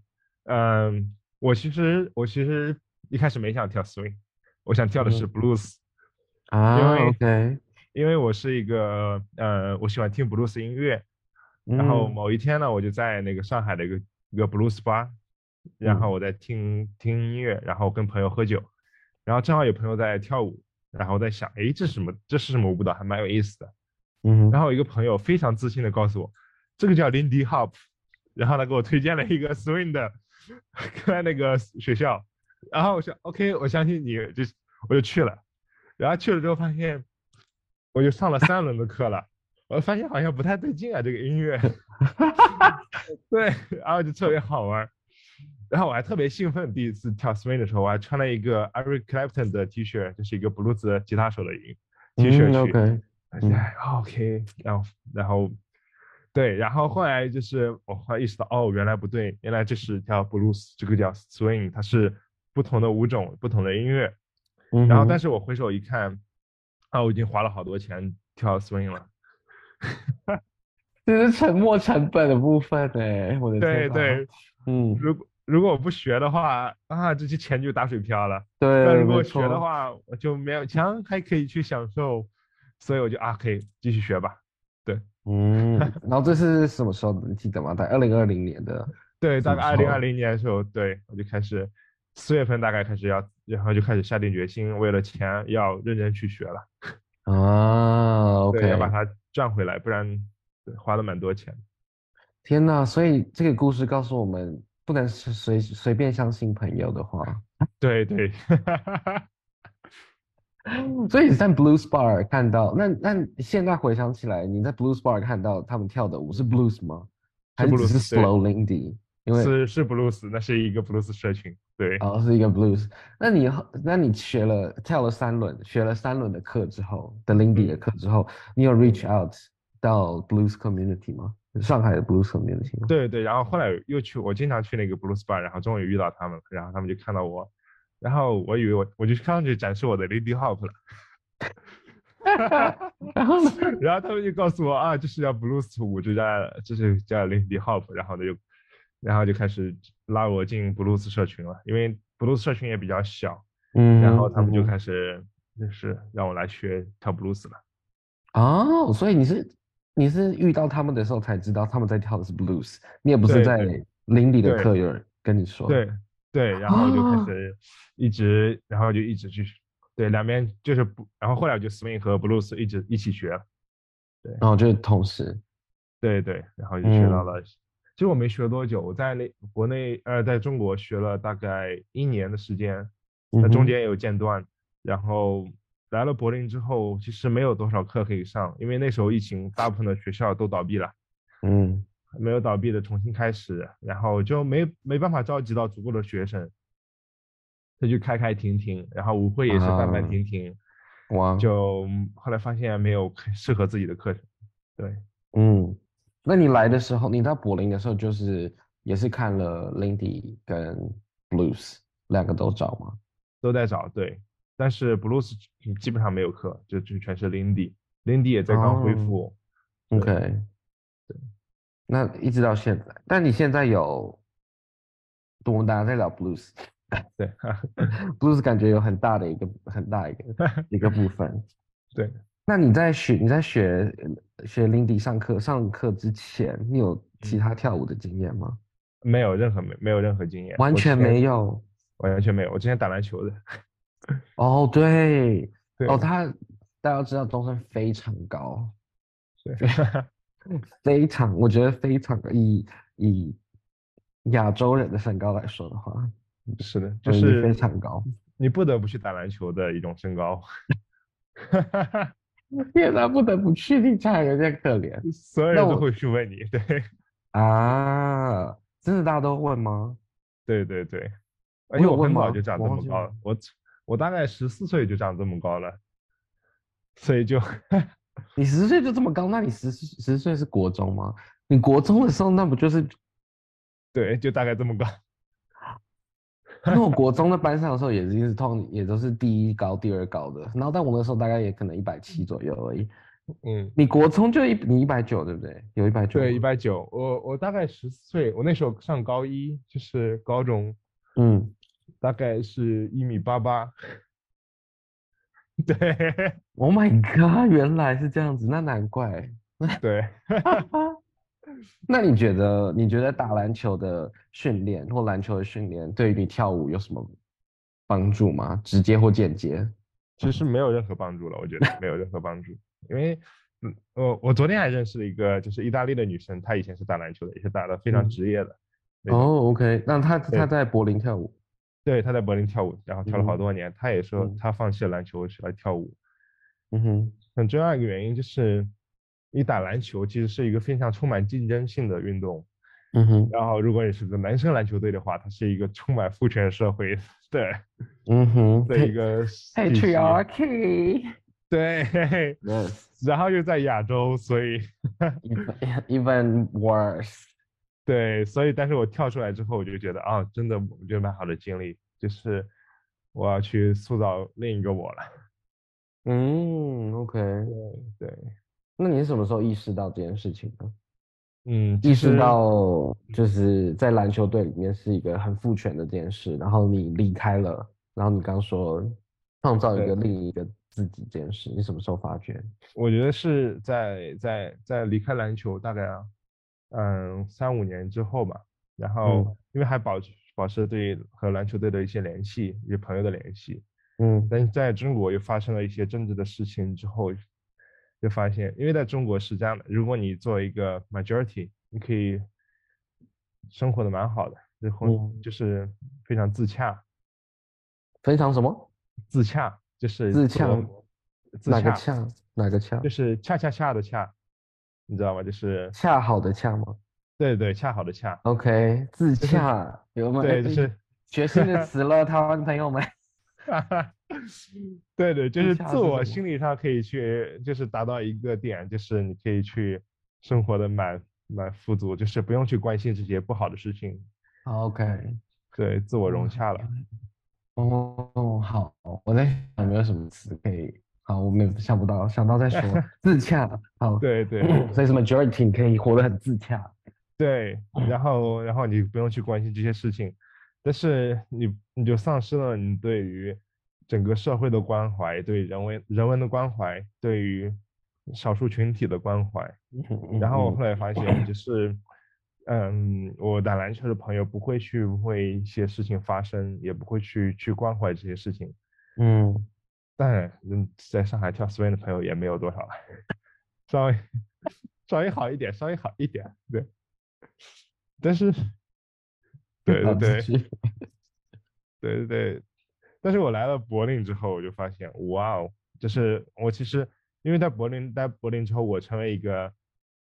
A: 我其实一开始没想跳 swing，我想跳的是
B: 嗯
A: blues，因
B: 啊
A: 为
B: ，OK，
A: 因为我是一个我喜欢听 blues 音乐，然后
B: 嗯
A: 某一天呢，我就在那个上海的一个 blues bar，然后
B: 嗯
A: 我在听听音乐，然后跟朋友喝酒，然后正好有朋友在跳舞， 然后我在想，诶，这是什么？这是什么舞蹈？还蛮有意思的。
B: 嗯哼，
A: 然后我一个朋友非常自信的告诉我，这个叫 Lindy Hop，然后他给我推荐了一个 swing 的那个学校，然后我说 OK，我相信你，我就去了，然后去了之后发现，我就上了3轮的课了，我发现好像不太对劲啊，这个音乐，对，然后就特别好玩，然后我还特别兴奋，第一次跳 swing 的时候，我还穿了一个 Eric Clapton 的 T 恤，就是一个布鲁斯吉他手的T 恤
B: 嗯
A: 去。
B: ，OK，
A: OK，然后对，然后后来就是我后来意识到，哦，原来不对，原来这是跳 blues，这个叫 swing，它是不同的舞种，不同的音乐。然后，但
B: 嗯哼，
A: 是我回首一看，啊，我已经花了好多钱跳 swing 了。
B: 这是沉没成本的部分哎，我的天哪，
A: 对对，
B: 嗯，
A: 如果我不学的话，啊，这些钱就打水漂了。那
B: 对，
A: 如果我学的
B: 没错，
A: 话，我就没有钱还可以去享受，所以我就可以继续学吧。对。
B: 嗯，然后这是什么时候的？你记得吗？在2020年的
A: 对，
B: 什
A: 大概二零二
B: 么时候？
A: 零年的时候，对，我就开始4月份大概开始要，然后就开始下定决心，为了钱要认真去学了，
B: 啊
A: 对，要把
B: ，OK，
A: 它赚回来，不然对花了蛮多钱。
B: 天呐，所以这个故事告诉我们，不能是随便相信朋友的话。
A: 对对，
B: 所以你在 Blues Bar 看到，那你现在回想起来，你在 Blues Bar 看到他们跳的舞是 Blues 吗？还
A: 是
B: 是只是
A: 布鲁斯，对，
B: Slow Lindy？因为
A: 是布鲁斯，那是一个布鲁斯社群，对，
B: 是一个 Blues。那你跳了3轮，学了3轮的课之后的 Lindy 的
A: 嗯
B: 课之后，你有 reach
A: 嗯，
B: out 到 Blues Community 吗？上海的 Blues Community 吗？
A: 对对，然后后来又去，我经常去那个布鲁斯 bar，然后终于遇到他们了，然后他们就看到我，然后我以为我就看上去展示我的 Lindy Hop 了。
B: 然后呢？
A: 然后他们就告诉我啊，这是叫 blues 舞，这是叫 Lindy Hop，然后就开始拉我进 blues 社群了，因为 blues 社群也比较小，然后
B: 嗯哼
A: 他们就开
B: 嗯哼。
A: 始就是让我来学跳 blues 了。
B: 哦，所以你是遇到他们的时候才知道他们在跳的是 blues，你也不是在
A: 对对
B: 林里的
A: 对
B: 课有人跟你说
A: 对对，然后就开
B: 啊，
A: 始然后就一直去，对，两边就是不，然后后来我就 swing 和 blues 一起学了，对。
B: 然后就是同时，
A: 对对，然后就学到
B: 嗯
A: 了。其实我没学多久，我在国内在中国学了大概1年的时间，
B: 嗯哼，
A: 那中间也有间断，然后来了柏林之后，其实没有多少课可以上，因为那时候疫情，大部分的学校都倒闭了，
B: 嗯
A: 没有倒闭的重新开始，然后就没办法召集到足够的学生，那就开开停停，然后舞会也是办办
B: 啊，
A: 停停，
B: 哇，
A: 就后来发现没有适合自己的课程，对。
B: 嗯，那你来的时候，你到柏林的时候，也是看了 Lindy 跟 Blues 2个都找吗
A: 都在找，对，但是 blues 基本上没有课，就全是 Lindy 也在刚恢
B: 哦
A: 复，对
B: ？OK，那一直到现在，但你现在我们大家在聊 Blues。
A: 对
B: blues 感觉有很大一个部分。
A: 对，
B: 那你在学 Lindy 上课之前，你有其
A: 嗯，
B: 他跳舞的经验吗？
A: 没有任何经验，
B: 完全
A: 我之前
B: 没有。
A: 完全没有，我之前打篮球的，
B: 哦，对，哦，
A: 对
B: 大家知道东升非常高，
A: 对
B: 非常，我觉得非常以亚洲人的身高来说的话，
A: 是的，就
B: 都已经非
A: 是
B: 常高。
A: 你不得不去打篮球的一种身高，
B: 天哪，不得不去，听起来有点可怜。
A: 所有
B: 那我
A: 人都会去问你，对
B: 真的大家都问吗？
A: 对对对，而
B: 我有
A: 且我
B: 问吗？
A: 很早就长
B: 我忘记问了。
A: 这么高了，我大概14岁就长这么高了，所以就
B: 你10岁就这么高，那你十岁是国中吗？你国中的时候，那不就是
A: 对，就大概这么高。
B: 那我国中的班上的时候，也都是第一高、第二高的。然后，但我那时候大概也可能170左右而已。
A: 嗯，
B: 你国中你190对不对？有190
A: 对，一
B: 吗？
A: 百九，我大概14岁，我那时候上高一，就是高中，
B: 嗯
A: 大概是1米88，对
B: ，Oh my god，原来是这样子，那难怪。
A: 对，
B: 那你觉得打篮球的训练或篮球的训练对于你跳舞有什么帮助吗？直接或间接？
A: 其实没有任何帮助了，我觉得没有任何帮助，因为我昨天还认识了一个就是意大利的女生，她以前是打篮球的，也是打得非常
B: 嗯，
A: 职业的那种。
B: 哦，OK，那他
A: 对
B: 在柏林跳舞。
A: 对，她在柏林跳舞，然后跳了好
B: 嗯哼。
A: 多年，她也说
B: 嗯
A: 她放弃了篮球去来跳舞。
B: 嗯哼。
A: 很重要一个原因就是，你打篮球其实是一个非常充满竞争性的运动。
B: 嗯哼。
A: 然后，如果你是个男生篮球队的话，它是一个充满父权社会的
B: 嗯哼。
A: 的一个体系。
B: Patriarchy。
A: 对，
B: Yes。
A: 然后又在亚洲，所以
B: Even worse。
A: 对，所以但是我跳出来之后，我就觉得啊，真的我觉得蛮好的经历，就是我要去塑造另一个我了。
B: 嗯，OK。
A: 对对，
B: 那你是什么时候意识到这件事情的？
A: 嗯，其
B: 意识
A: 实
B: 到就是在篮球队里面是一个很父权的这件事，然后你离开了，然后你刚说创造一个
A: 对，
B: 另一个自己这件事，你什么时候发觉？
A: 我觉得是在离开篮球大概3、5年之后吧，然后
B: 嗯
A: 因为还保持对和篮球队的一些联系，与朋友的联系，
B: 嗯
A: 但是在中国又发生了一些政治的事情之后，就发现，因为在中国是这样的，如果你作为一个 majority，你可以生活的蛮好的，然后
B: 嗯。
A: 就是非常自洽，
B: 非常什么？
A: 自洽就是
B: 自洽？
A: 自我自洽，
B: 哪个洽？哪个洽？
A: 就是恰恰恰的恰，你知道吗？就是
B: 恰好的恰吗
A: 对对，恰好的恰，
B: ？OK，自
A: 就是
B: 洽有没有？
A: 对，就是
B: 学新的词了，台湾朋友们。
A: 对对，就
B: 自
A: 是自我
B: 洽是什么
A: 心理上可以去，就是达到一个点，就是你可以去生活的蛮富足，就是不用去关心这些不好的事情，
B: ？OK。
A: 对，自我融
B: 哦，
A: 洽了。
B: 哦，好，我在想有没有什么词可以。好，我们想不到，想到再说。自洽。好。
A: 对对
B: 所以是 majority 你可以活得很自洽。
A: 对，然后你不用去关心这些事情，但是你就丧失了你对于整个社会的关怀，对人文的关怀，对于少数群体的关怀。
B: 嗯
A: 然后我
B: 嗯
A: 后来发现，就是，我打篮球的朋友不会去为一些事情发声，也不会去关怀这些事情。
B: 嗯。
A: 但在上海跳 swing 的朋友也没有多少了，稍微稍微好一点，稍微好一点，对。但是，对对
B: 好，继
A: 对
B: 续。
A: 对对对，但是我来了柏林之后，我就发现，哇哦，就是我其实因为待柏林之后，我成为一个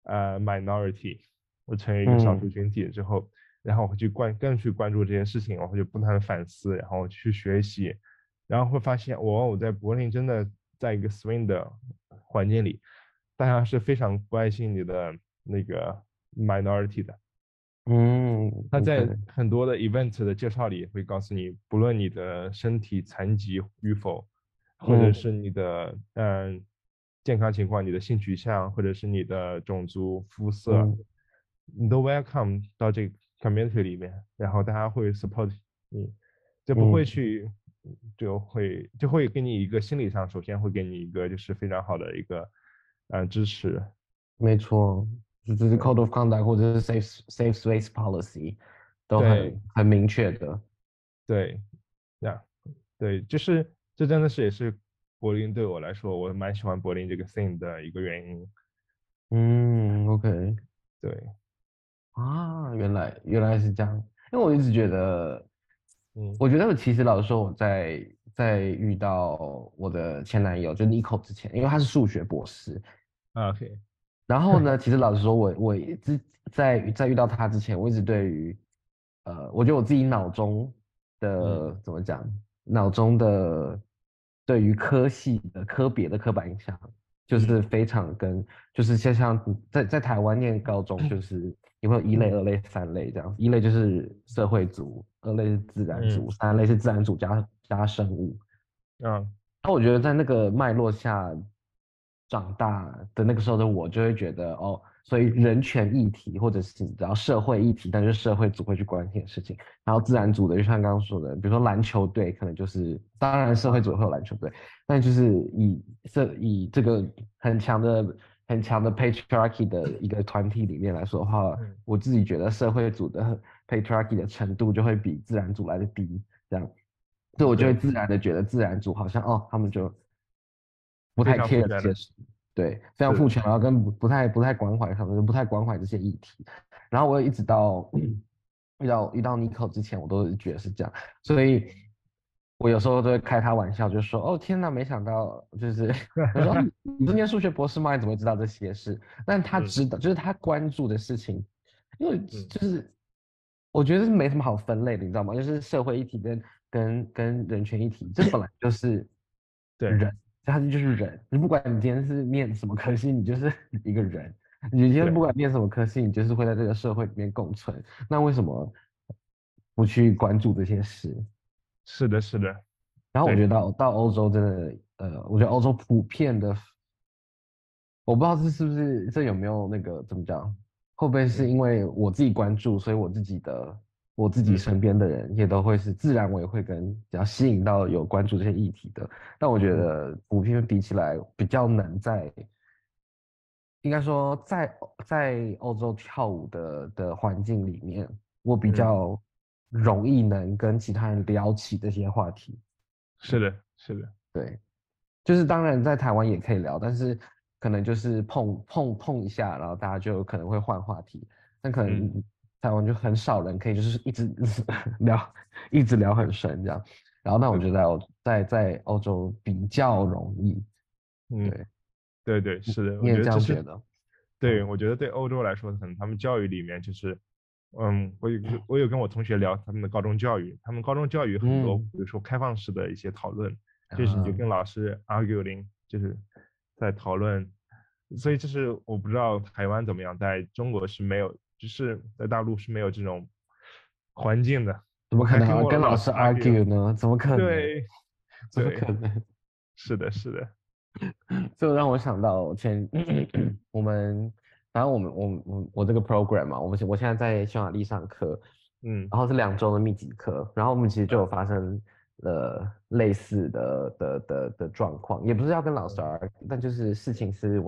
A: minority，我成为一个少数
B: 嗯
A: 群体之后，然后我会更去关注这些事情，我会去不断的反思，然后去学习，然后会发现，我在柏林真的在一个 swing 的环境里，大家是非常关心你的那个 minority 的。
B: 嗯
A: 他在
B: ，OK。
A: 很多的 event 的介绍里会告诉你，不论你的身体残疾与否，或者
B: 嗯
A: 是你的健康情况、你的性取向，或者是你的种族、肤色，
B: 嗯
A: 你都 welcome 到这个 community 里面，然后大家会 support 你，就不会
B: 嗯。
A: 去就会给你一个心理上，首先会给你一个就是非常好的一个支持。
B: 没错，就是
A: 对
B: code of conduct 或者是 safe space policy 都
A: 对
B: 很明确的。
A: 对，呀，对，就是这真的是也是柏林对我来说，我蛮喜欢柏林这个 thing 的一个原因。
B: 嗯，OK。
A: 对，
B: 啊，原来是这样。因为我一直觉得，
A: 嗯
B: 我觉得其实老实说，我在遇到我的前男友就 Nico 之前，因为他是数学博士。
A: ，OK，
B: 然后呢，其实老实说，我在遇到他之前，我一直对于，我觉得我自己脑中的
A: 嗯
B: 怎么讲，脑中的对于科系的科别的刻板印象，就是
A: 嗯
B: 非常就是像在台湾念高中，就是你会有1类、2类、3类这样，1类就是社会组，2类是自然组，
A: 嗯
B: 3类是自然组加生物。
A: 嗯
B: 那我觉得在那个脉络下长大的那个时候的我，就会觉得哦，所以人权议题或者是你知道社会议题，那就是社会组会去关心的事情。然后自然组的，就像刚刚说的，比如说篮球队，可能就是当然社会组会有篮球队，但就是以这个很强的 patriarchy 的一个团体里面来说的话，
A: 嗯，
B: 我自己觉得社会组的 patriarchy 的程度就会比自然组来的低，这样。所以我就会
A: 对，
B: 自然的觉得自然组好像哦，他们就不太
A: 非常
B: care
A: 负面的，
B: 这些事，对，非常
A: 是的，
B: 父权，然后跟不太关怀他们，不太关怀这些议题。然后我一直到遇到 Nico 之前，我都觉得是这样，所以我有时候都会开他玩笑，就说：“哦天哪，没想到就是我说你是念数学博士吗？你怎么会知道这些事？”但他
A: 嗯
B: 知道，就是他关注的事情，因为
A: 嗯，
B: 就是我觉得是没什么好分类的，你知道吗？就是社会议题跟人权议题，这本来就是
A: 对
B: 人，他就是人。你不管你今天是念什么科系，你就是一个人。你今天不
A: 对，
B: 管念什么科系，你就是会在这个社会里面共存。那为什么不去关注这些事？
A: 是的，是的，
B: 然后我觉
A: 对，
B: 得到欧洲真的，我觉得欧洲普遍的，我不知道这是不是这有没有那个怎么讲，会不会是
A: 嗯
B: 因为我自己关注，所以我自己
A: 嗯
B: 身边的人也都会是自然我也会跟比较吸引到有关注这些议题的。但我觉
A: 嗯
B: 得普遍比起来，比较能应该说在欧洲跳舞的环境里面，我比
A: 嗯，
B: 较容易能跟其他人聊起这些话题。
A: 是的，是的，
B: 对。就是当然在台湾也可以聊，但是可能就是碰一下，然后大家就可能会换话题。但可
A: 嗯
B: 能台湾就很少人可以就是一直聊，一直聊很深这样。然后那我
A: 是的，
B: 觉得在欧洲比较容易，
A: 嗯。
B: 对，
A: 对对，是的，
B: 你也这
A: 我觉得这是，
B: 样觉得？
A: 对，
B: 嗯
A: 我觉得对欧洲来说，可能他们教育里面就是，我有跟我同学聊他们的高中教育，他们高中教育很多，比
B: 嗯
A: 如说开放式的一些讨论，就是你就
B: 啊
A: 跟老师 arguing，就是在讨论，所以就是我不知道台湾怎么样，在中国是没有，就是在大陆是没有这种环境的，
B: 怎么可能
A: 我还跟我老师
B: 跟老师
A: argue，
B: argue 呢？怎么可能？
A: 对
B: 怎么
A: 对，
B: 可能？
A: 是的，是的，
B: 就让我想到我们，反正我这个 program 嘛，我现在在匈牙利上课，
A: 嗯
B: 然后是2周的密集课，然后我们其实就有发生类似的状况，也不是要跟老师但就是事情是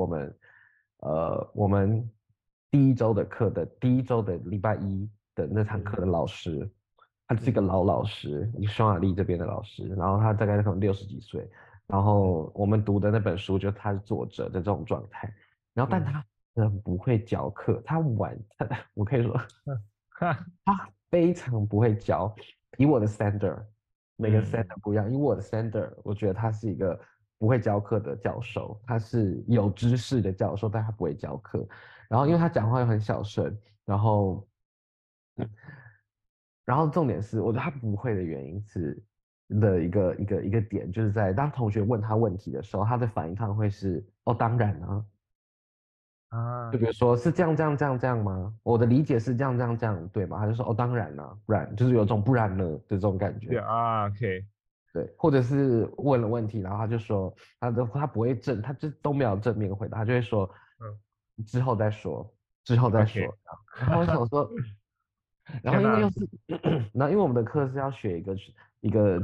B: 我们第一周的课的第一周的礼拜一的那堂课
A: 嗯
B: 的老师，他是一个
A: 嗯
B: 老师，一个匈牙利这边的老师，然后他大概可能60几岁。然
A: 嗯
B: 后我们读的那本书就他是作者的这种状态，然后但
A: 嗯。
B: 他不会教课，我可以说
A: 哈，
B: 他非常不会教，以我的 standard，每个
A: 嗯
B: standard 不一样，以我的 standard，我觉得他是一个不会教课的教授，他是有知识的教授，但他不会教课，然后因为他讲话又很小声，然后。然后重点是，我觉得他不会的原因是一个点，就是在当同学问他问题的时候，他的反应通常会是“哦，当然啊”，就
A: 啊，
B: 比如说是这样这样这样这样吗？我的理解是这样这样这样，对吗？他就说“哦，当然啊，不然”，就是有种不然呢的这种感觉，
A: 对啊，OK，
B: 对，或者是问了问题，然后他就说他不会他就都没有正面回答，他就会说
A: 嗯
B: 之后再说，之后再
A: ，OK，
B: 说，然后我想说。然后
A: 天呐，
B: 因为又是，然后因为我们的课是要学一个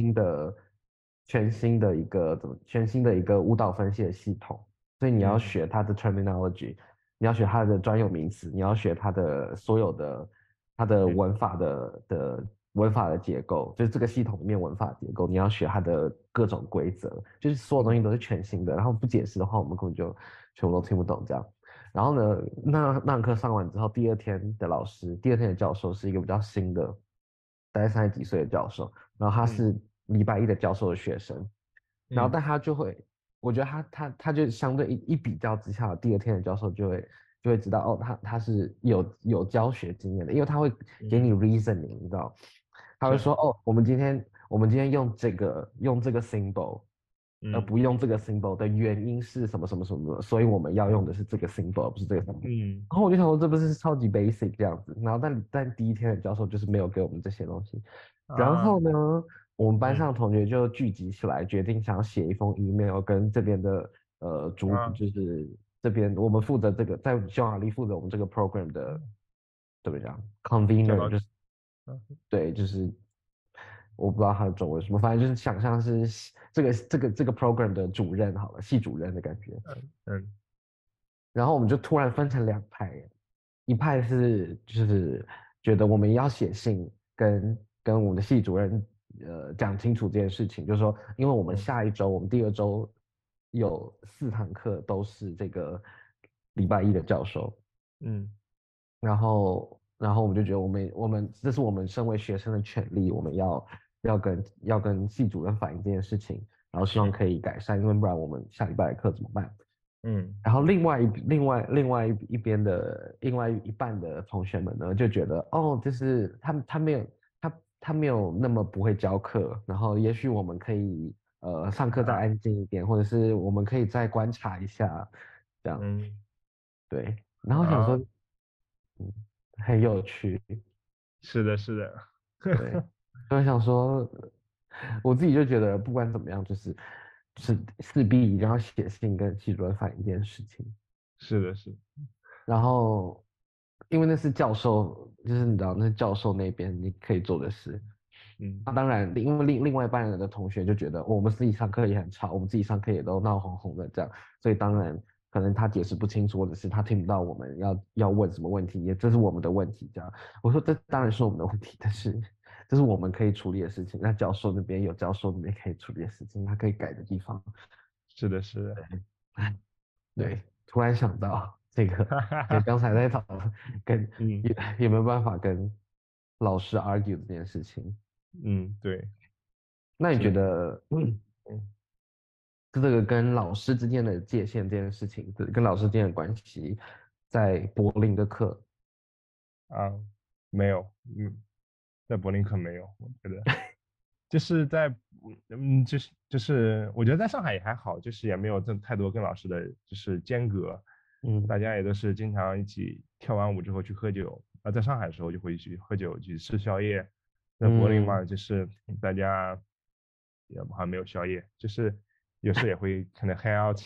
B: 全新的一个舞蹈分析的系统，所以你要
A: 嗯
B: 学它的 terminology，你要学它的专有名词，你要学它的所有的它的
A: ，OK，
B: 文法的结构，就是这个系统里面文法结构，你要学它的各种规则，就是所有东西
A: 嗯
B: 都是全新的，然后不解释的话，我们根本就全部都听不懂这样。然后呢，那堂课上完之后，第二天的教授是一个比较新的，大概30几岁的教授，然后他
A: 嗯
B: 是礼拜一的教授的学生，然后
A: 嗯
B: 但他就会，我觉得他就相对一比较之下，第二天的教授就会知道哦，他是有教学经验的，因为他会给你
A: 嗯，
B: reasoning，你知道，他会
A: 是，
B: 说哦，我们今天用这个 symbol。而
A: 嗯
B: 不用这个 symbol 的原因是什么什么什么，所以我们要用的是这个 symbol，而不是这个 symbol。
A: 嗯
B: 然后我就想说，这不是超级 basic 这样子。然后但第一天的教授就是没有给我们这些东西。然
A: 啊，
B: 后呢，我们班
A: 嗯
B: 上的同学就聚集起来，决定想要写一封 email 跟这边的
A: 啊，
B: 就是这边我们负责这个在匈牙利负责我们这个 program 的怎么讲 convener，
A: 教导，
B: 就是
A: 嗯
B: 对，就是我不知道他的中文是什么，反正就是想象是这个 program 的主任好了，系主任的感觉。
A: 嗯
B: 然后我们就突然分成2派，一派是就是觉得我们要写信跟我们的系主任讲清楚这件事情，就是说，因为我们
A: 嗯
B: 下一周我们第2周有4堂课都是这个礼拜一的教授，
A: 嗯
B: 然后我们就觉得我们这是我们身为学生的权利，我们要跟系主任反映这件事情，然后希望可以改善，因为不然我们下礼拜的课怎么办？
A: 嗯
B: 然后另外一半的同学们呢，就觉得哦，就是他没有那么不会教课，然后也许我们可以上课再
A: 啊
B: 安静一点，或者是我们可以再观察一下，这样
A: 嗯
B: 对。然后想说，
A: 啊，
B: 嗯，很有趣，
A: 是的，是的，
B: 对。我想说，我自己就觉得不管怎么样，就是势必一定要写信跟系主任反映这件事情。
A: 是的，是的，
B: 然后，因为那是教授，就是你知道，那是教授那边你可以做的事。
A: 嗯
B: 那当然，因为另外一半人的同学就觉得，我们自己上课也很吵，我们自己上课也都闹哄哄的这样，所以当然可能他解释不清楚，或者是他听不到我们要问什么问题，也这是我们的问题。这样，我说这当然是我们的问题，但是这是我们可以处理的事情。那教授那边有教授那边可以处理的事情，他可以改的地方。
A: 是的，是的，
B: 对，突然想到这个，
A: 哈哈
B: 就
A: 哈，
B: 刚才在讨论跟
A: 嗯
B: 有没有办法跟老师 argue 这件事情？
A: 嗯，对，
B: 那你觉
A: 是的，
B: 得，
A: 嗯
B: 这个跟老师之间的界限这件事情，跟老师之间的关系，在柏林的课，
A: 啊，没有，在柏林可没有，我觉得就是在我觉得在上海也还好，就是也没有太多跟老师的就是间隔，
B: 嗯
A: 大家也都是经常一起跳完舞之后去喝酒，在上海的时候就会去喝酒去吃宵夜，在柏林
B: 嗯
A: 嘛就是大家也好像没有宵夜，就是有时也会可能 hang out，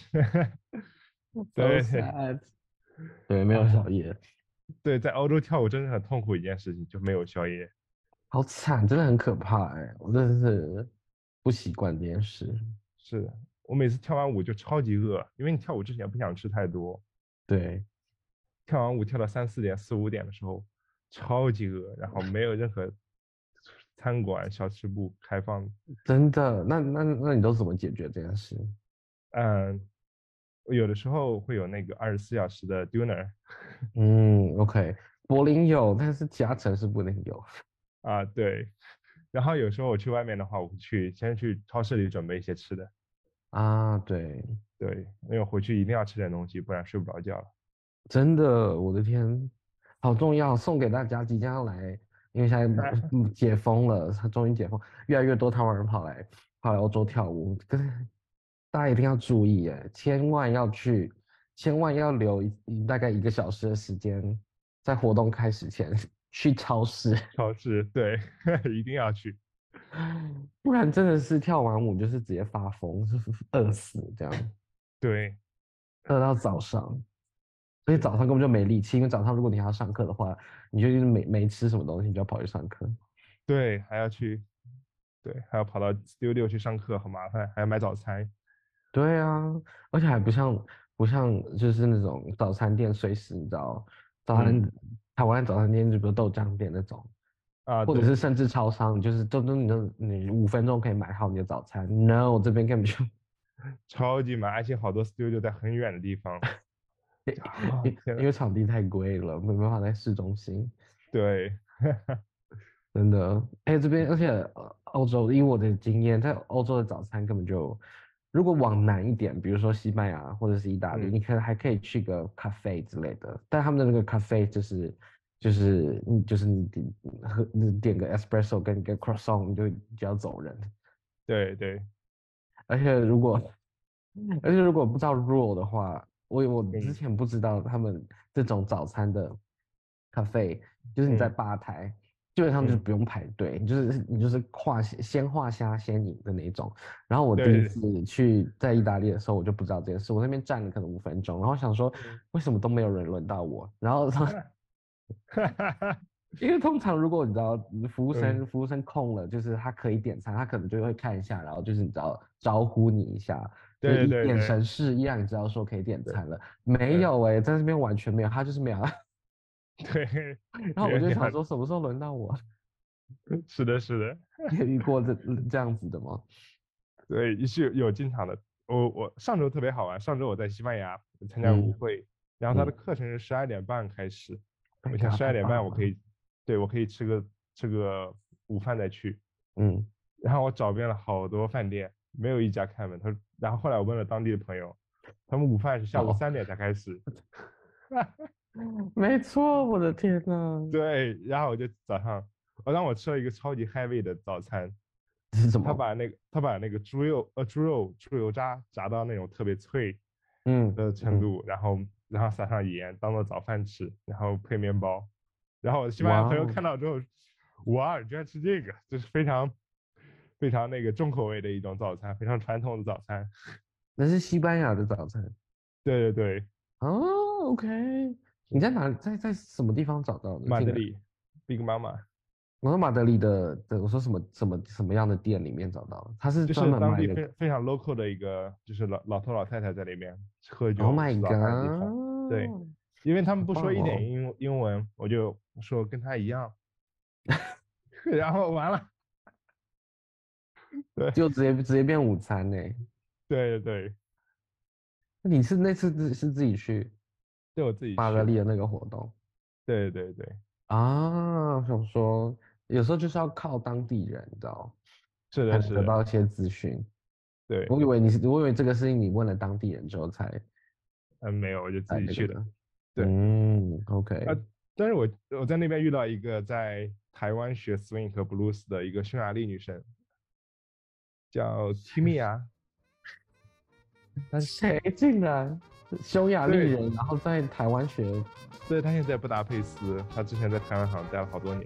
B: ，so
A: 对
B: sad，对，没有
A: 啊，
B: 小夜，
A: 对，在欧洲跳舞真的很痛苦一件事情，就没有宵夜。
B: 好惨，真的很可怕哎，我真的是不习惯这件事。
A: 是的，我每次跳完舞就超级饿，因为你跳舞之前不想吃太多，
B: 对，
A: 跳完舞跳到3、4点、4、5点的时候，超级饿，然后没有任何餐馆、小吃部开放。
B: 真的，那你都怎么解决这件事？
A: 嗯，有的时候会有那个24小时的 dinner
B: 嗯，OK，柏林有，但是其他城市不能有。
A: 啊，对。然后有时候我去外面的话，我会先去超市里准备一些吃的，
B: 啊，对，
A: 对，因为我回去一定要吃点东西，不然睡不着觉了。
B: 真的，我的天，好重要，送给大家即将要来，因为现在解封了，它终于解封，越来越多台湾人跑来欧洲跳舞，可是大家一定要注意，哎，千万要去，千万要留大概1个小时的时间，在活动开始前去超市，
A: 超市，对，一定要去。
B: 不然真的是跳完舞就是直接发疯，饿死这样，
A: 对，
B: 饿到早上。所以
A: 是，
B: 早上根本就没力气，因为早上如果你还要上课的话，你就没吃什么东西，你就要跑去上课。
A: 对，还要去，对，还要跑到 studio 去上课，好麻烦，还要买早餐。
B: 对啊，而且还不像就是那种早餐店随时你知道，早餐
A: 嗯，
B: 台湾早餐店就比如豆浆店那种，
A: 啊，
B: 或者
A: 对，
B: 是甚至超商，就是你5分钟可以买好你的早餐。No，这边根本就
A: 超级满，而且好多 studio 在很远的地方。啊，天呐，
B: 因为场地太贵了，没办法在市中心。
A: 对，
B: 真的，哎，这边而且欧洲以我的经验，在欧洲的早餐根本就，如果往南一点，比如说西班牙或者是意大利，
A: 嗯，
B: 你可能还可以去个咖啡之类的，但他们的那个咖啡就是你点个 espresso 跟一个 croissant 你就要走人，
A: 对对，
B: 而且如果不知道 rule 的话，我之
A: 嗯
B: 前不知道他们这种早餐的咖啡，就是你在
A: 嗯
B: 吧台，基本上就是
A: 嗯，
B: 不用排队，你就是先画虾先饮的那种。然后我第一
A: 对对，
B: 次去在意大利的时候，我就不知道这件事，我那边站了可能5分钟，然后想说
A: 嗯，
B: 为什么都没有人轮到我，然后
A: 哈哈哈，
B: 因为通常如果你知道服务
A: 嗯，
B: 生服务生空了，就是他可以点餐，他可能就会看一下，然后就是你知道招呼你一下，就是
A: 对
B: 以眼
A: 对对
B: 神示意让你知道说可以点
A: 对，
B: 餐了。没
A: 嗯，
B: 有哎、在这边完全没有，他就是没有。
A: 对，
B: 然后我就想说什么时候轮到我？
A: 是的，是的，
B: 你有遇过这样子的吗？
A: 对，是有经常的， 我上周特别好玩，上周我在西班牙参加舞
B: 嗯
A: 会，然后他的
B: 嗯
A: 课程是12点半开始，
B: ，My
A: 我想
B: God，太
A: 十二点半
B: 棒了。
A: 我可以，对，我可以吃个午饭再去。
B: 嗯，
A: 然后我找遍了好多饭店，没有一家开门。然后后来我问了当地的朋友，他们午饭是下午
B: 哦，
A: 3点才开始。
B: 没错，我的天呐，
A: 对，然后我就早上，让我吃了一个超级 heavy 的早餐。
B: 这是什
A: 他
B: 么？
A: 把那个猪油渣炸到那种特别脆
B: 嗯
A: 的程
B: 嗯，
A: 度，然后撒上盐当做早饭吃，然后配面包。然后我的西班牙朋友
B: 哇哦，
A: 看到之后，哇，你居然吃这个，这是非常非常那个重口味的一种早餐，非常传统的早餐。
B: 那是西班牙的早餐。
A: 对对对，
B: 哦，OK，你在哪？在什么地方找到的？竟然，
A: 马德里 Big Mama
B: 我说马德里的，我说什么样的店里面找到的？他是专
A: 就是当地
B: 门卖那个。
A: 非常 local 的一个，就是老头老太太在里面喝
B: Oh
A: 酒
B: my
A: 吃早饭的地方。对，
B: god，
A: 因为他们
B: 好
A: 不说一点
B: 棒哦！
A: 英文，我就说跟他一样，然后完了。对
B: 就直接变午餐呢？
A: 对对，
B: 那你是那次是自己去
A: 对我自己
B: 马德
A: 去的。
B: 里的那个活动
A: 对对对，
B: 啊？我想说，有时候就是要靠当地人，你知道，才
A: 是的，
B: 能
A: 是的，
B: 得到一些资讯。
A: 对，
B: 我以为这个事情你问了当地人之后
A: 没有，我就自己去的。
B: 才那个的。
A: 对，
B: OK，
A: 但是我在那边遇到一个在台湾学 swing 和 blues 的一个匈牙利女生，叫 Timia。她
B: 谁竟然匈牙利
A: 对
B: 人，然后在台湾学？
A: 对，她现在在布达佩斯，她之前在台湾好像待了好多年。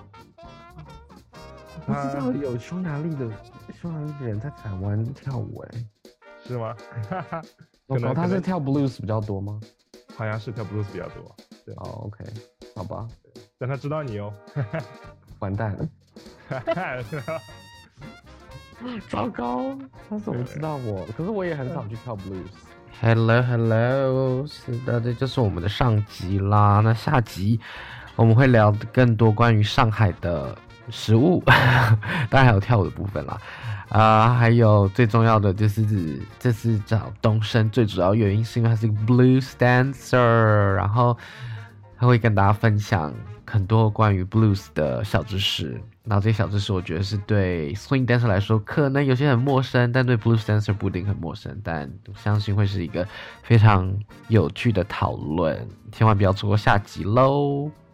B: 不知道有匈牙利人在台湾跳舞哎。
A: 是吗？
B: 我靠，他
A: 可能
B: 是跳 blues 比较多吗？
A: 好像是跳 blues 比较多，对，
B: 哦，OK，好吧，
A: 但她知道你哦。
B: 完蛋了，糟糕，他怎么知道我？可是我也很少去跳 blues。Hello，是的，这就是我们的上集啦。那下集我们会聊更多关于上海的食物，当然还有跳舞的部分啦。还有最重要的就是这次找东升，最主要原因是因为他是一个 blues dancer， 然后他会跟大家分享很多关于 blues 的小知识。然后这些小知识，我觉得是对 swing dancer 来说可能有些很陌生，但对 blues dancer 不一定很陌生。但我相信会是一个非常有趣的讨论，千万不要错过下集喽！